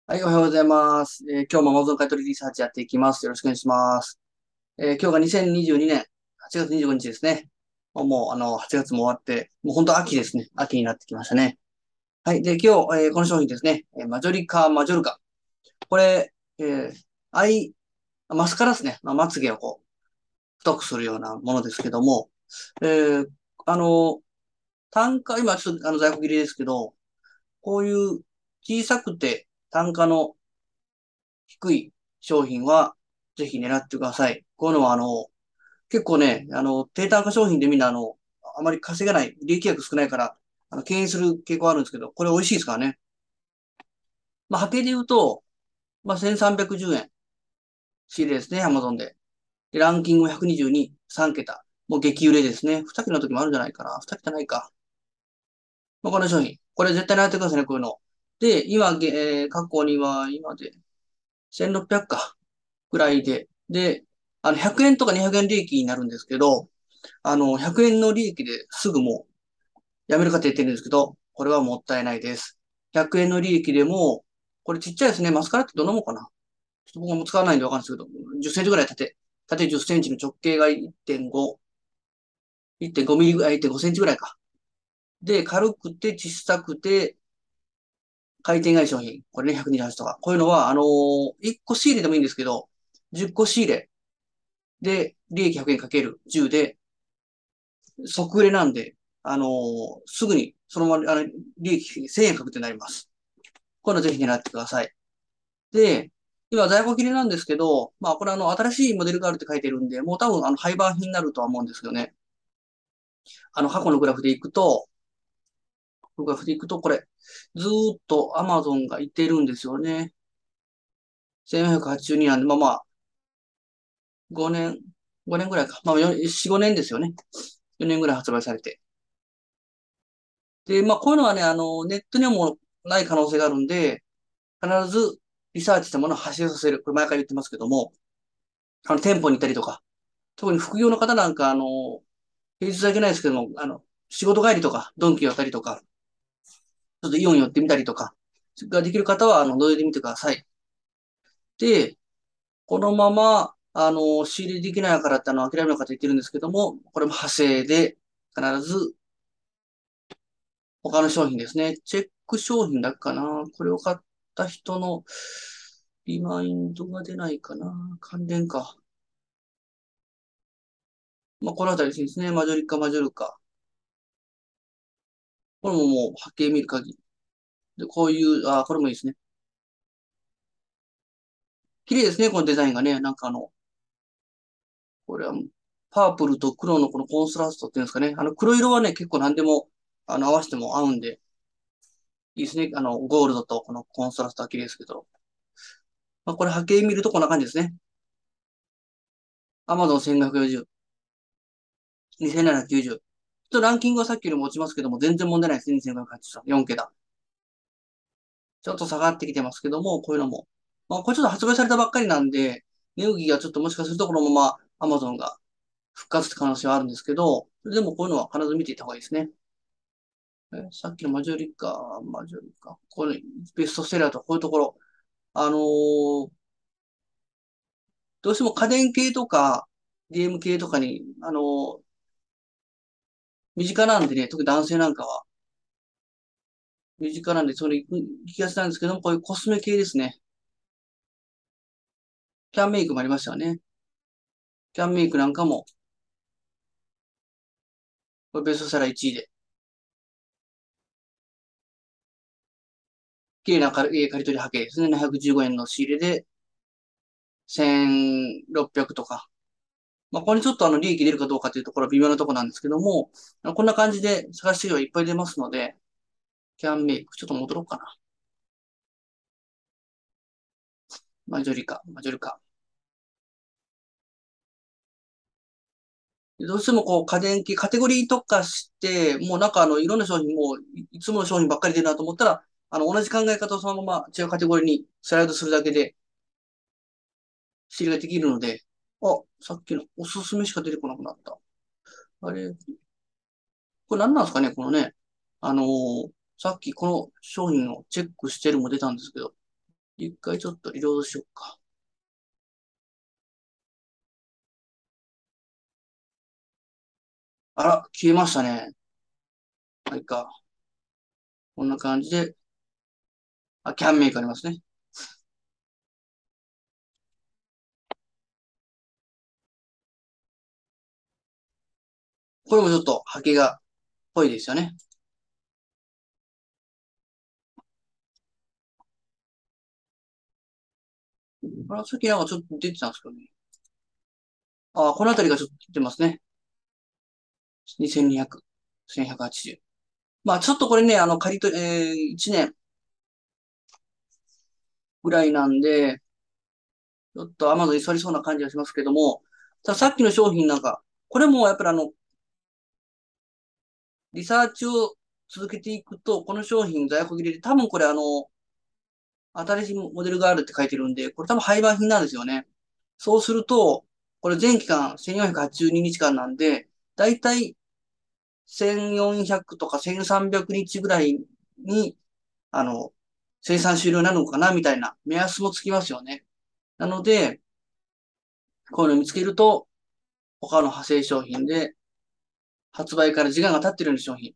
はい、おはようございます。今日も Amazon 買取リサーチやっていきます。よろしくお願いします。今日が2022年8月25日ですね。もう、8月も終わって、もう本当秋ですね。秋になってきましたね。はい。で、今日、この商品ですね。マジョリカ、マジョルカ。これ、アイ、マスカラですね。まつげをこう、太くするようなものですけども、えーあの、単価、今ちょっと在庫切りですけど、こういう小さくて単価の低い商品は、ぜひ狙ってください。こういうのは、結構ね、低単価商品でみんな、あまり稼げない、利益額少ないから、敬遠する傾向あるんですけど、これ美味しいですからね。まあ、波形で言うと、まあ、1310円、仕入れですね、アマゾンで。で、ランキングも122、3桁。もう激売れですね。2桁の時もあるんじゃないかな。2桁ないか。まあ、この商品。これ絶対狙ってくださいね、こういうの。で、今、過去には、今で、1600か。ぐらいで、で、100円とか200円利益になるんですけど、100円の利益ですぐもうやめるかって言ってるんですけど、これはもったいないです。100円の利益でも、これちっちゃいですね。マスカラってどんなもんかな、ちょっと僕も使わないんでわかんないですけど、10センチぐらい縦10センチの直径が1.5、1.5ミリぐらい、1.5センチぐらいか。で、軽くて小さくて、回転外商品。これね、128とか。こういうのは、1個仕入れでもいいんですけど、10個仕入れで、利益100円かける10で、即売れなんで、すぐに、そのまま、利益1000円確定になります。こういうのぜひ狙ってください。で、今、在庫切れなんですけど、まあ、これ新しいモデルがあるって書いてるんで、もう多分、廃盤品になるとは思うんですけどね。過去のグラフでいくと、これ、ずーっと Amazon がいってるんですよね。1482なんで、まあまあ、5年ぐらいか。まあ、4、5年ですよね。4年ぐらい発売されて。で、まあ、こういうのはね、ネットにはもうない可能性があるんで、必ずリサーチしたものを発信させる。これ前から言ってますけども、店舗に行ったりとか、特に副業の方なんか、平日だけないですけども、仕事帰りとか、ドンキ寄ったりとか、ちょっとイオン寄ってみたりとか、ができる方は、覗いてみてください。で、このまま、仕入れできないからって諦めの方言ってるんですけども、これも派生で、必ず他の商品ですね。チェック商品だっけかな。これを買った人のリマインドが出ないかな。関連か。まあ、このあたりですね。マジョリカ、マジョルカ。これももう波形見る限り。で、こういう、これもいいですね。綺麗ですね、このデザインがね。なんかこれは、パープルと黒のこのコンスラストっていうんですかね。黒色はね、結構何でも、合わせても合うんで、いいですね。ゴールドとこのコンストラストは綺麗ですけど。まあ、これ波形見るとこんな感じですね。アマゾン1540、2790。ちょっとランキングはさっきよりも落ちますけども、全然問題ないですね。2583、4桁。ちょっと下がってきてますけども、こういうのも。まあ、これちょっと発売されたばっかりなんで、値動きがちょっともしかするとこのまま Amazon が復活って可能性はあるんですけど、でもこういうのは必ず見ていった方がいいですね。さっきのマジョリカ。これ、ベストセラーとこういうところ。どうしても家電系とか、ゲーム系とかに、身近なんでね、特に男性なんかは、身近なんで、それ行きがちなんですけども、こういうコスメ系ですね。キャンメイクもありましたよね。キャンメイクなんかも、これベストセラー1位で、綺麗な刈り取り波形ですね。715円の仕入れで、1600とか。まあ、これにちょっと利益出るかどうかというところは微妙なところなんですけども、こんな感じで探してはいっぱい出ますので、キャンメイク、ちょっと戻ろうかな。マジョリカ。どうしてもこう家電系、カテゴリー特化して、もうなんかいろんな商品もいつもの商品ばっかり出るなと思ったら、同じ考え方をそのまま違うカテゴリーにスライドするだけで仕入れができるので、さっきのおすすめしか出てこなくなった。あれ、これ何なんですかね、このね、さっきこの商品をチェックしてるも出たんですけど、 一回ちょっとリロードしようか。あら、消えましたね。はい、か。こんな感じで、あ、キャンメイクありますね。これもちょっとハケが濃いですよね。あら、さっきなんかちょっと出てたんですけどね。あ、このあたりがちょっと出てますね。2200、1180。まあ、ちょっとこれね、借り取り、1年ぐらいなんで、ちょっと Amazon に座りそうな感じがしますけども、たださっきの商品なんか、これもやっぱりリサーチを続けていくと、この商品在庫切れで、多分これ新しいモデルがあるって書いてるんで、これ多分廃盤品なんですよね。そうすると、これ全期間1482日間なんで、だいたい1400とか1300日ぐらいに、あの、生産終了になるのかなみたいな目安もつきますよね。なので、こういうのを見つけると、他の派生商品で、発売から時間が経ってるような商品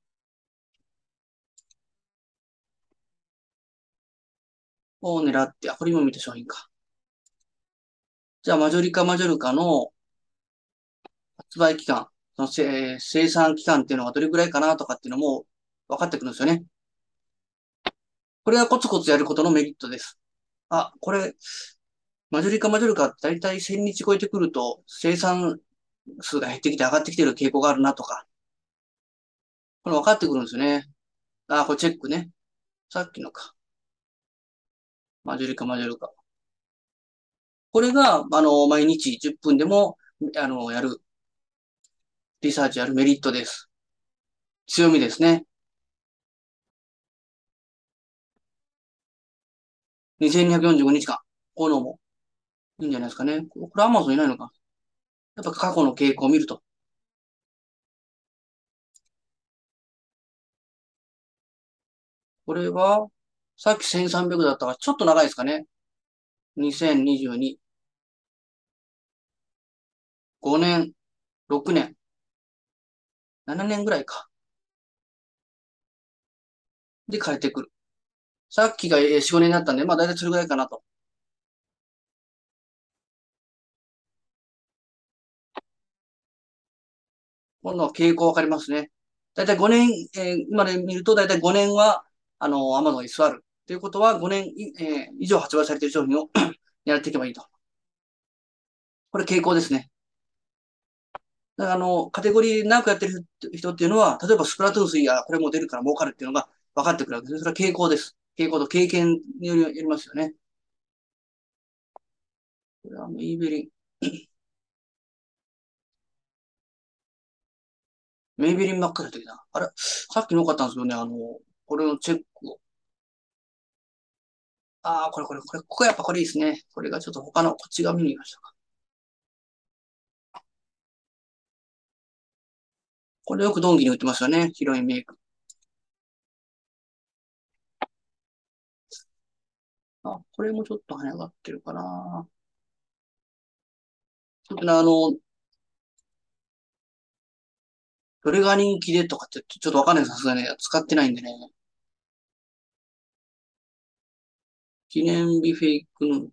を狙って、あ、これ今見た商品か。じゃあ、マジョリカマジョルカの発売期間、その生産期間っていうのがどれぐらいかなとかっていうのも分かってくるんですよね。これはコツコツやることのメリットです。あ、これ、マジョリカマジョルカって大体1000日超えてくると生産数が減ってきて上がってきてる傾向があるなとか、これ分かってくるんですよね。あ、これチェックね。さっきのか。マジョリカマジョルカ。これが、毎日10分でも、やる、リサーチやるメリットです。強みですね。2245日間。こういうのもいいんじゃないですかね。これアマゾンいないのか。やっぱ過去の傾向を見ると。これは、さっき1300だったからちょっと長いですかね。2022、5年、6年、7年ぐらいか。で変えてくる。さっきが4、5年だったんで、まあ大体それぐらいかなと。今度は傾向わかりますね。大体5年、今で見ると大体5年は、アマゾンに座る。ということは5年以上発売されている商品を狙っていけばいいと。これ傾向ですね。だからカテゴリー長くやってる人っていうのは、例えばスプラトゥーン3やこれも出るから儲かるっていうのが分かってくるわけですね。それは傾向です。傾向と経験によりますよね。これはメイベリン。メイベリンばっかりやったけどな。あれさっきの良かったんですけどね、これのチェックを。ああ、ここやっぱこれいいですね。これがちょっと他の、こっち側見に行きましたか。これよくドンキに売ってますよね。ヒロインメイク。あ、これもちょっと跳ね上がってるかな。ちょっとね、どれが人気でとかってちょっとわかんないです。さすがにね使ってないんでね。記念日フェイクの、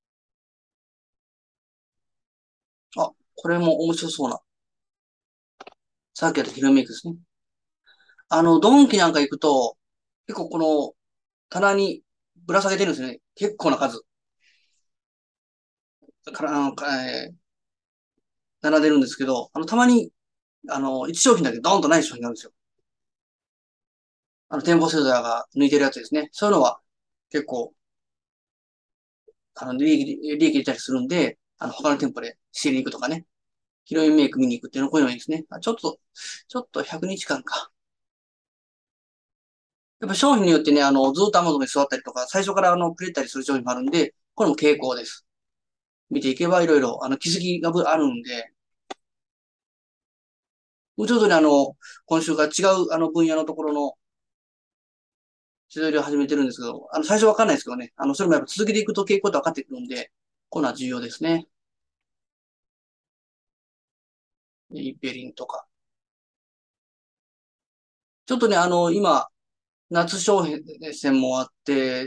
あ、これも面白そうな。さっきやったヒロインメイクですね。ドンキなんか行くと、結構この棚にぶら下げてるんですよね。結構な数。から、並んでるんですけど、たまに、1商品だけドーンとない商品があるんですよ。店舗セザーが抜いてるやつですね。そういうのは結構、利益出たりするんで、他の店舗で仕入れに行くとかね。ヒロインメイク見に行くっていうのはこういうのがいいですね。ちょっと100日間か。やっぱ商品によってね、ずっと Amazon に座ったりとか、最初からくれたりする商品もあるんで、これも傾向です。見ていけばいろいろ、気づきがあるんで、ちょっとね、今週が違う、分野のところの取材を始めてるんですけど、最初わかんないですけどね。それもやっぱ続けていくと傾向って分かってくるんで、こういうのは重要ですね。イペリンとか。ちょっとね、今、夏商戦もあって、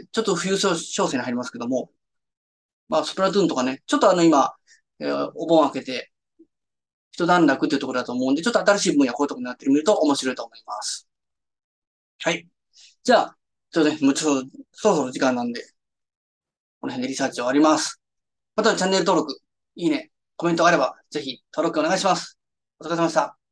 ちょっと冬商戦に入りますけども、まあ、スプラトゥーンとかね、ちょっと今、お盆明けて、一段落っていうところだと思うんで、ちょっと新しい分野、こういうところになってみると面白いと思います。はい。じゃあ、ちょっとね、もうちょっと、そろそろ時間なんで、この辺でリサーチ終わります。またチャンネル登録、いいね、コメントがあれば、ぜひ登録お願いします。お疲れ様でした。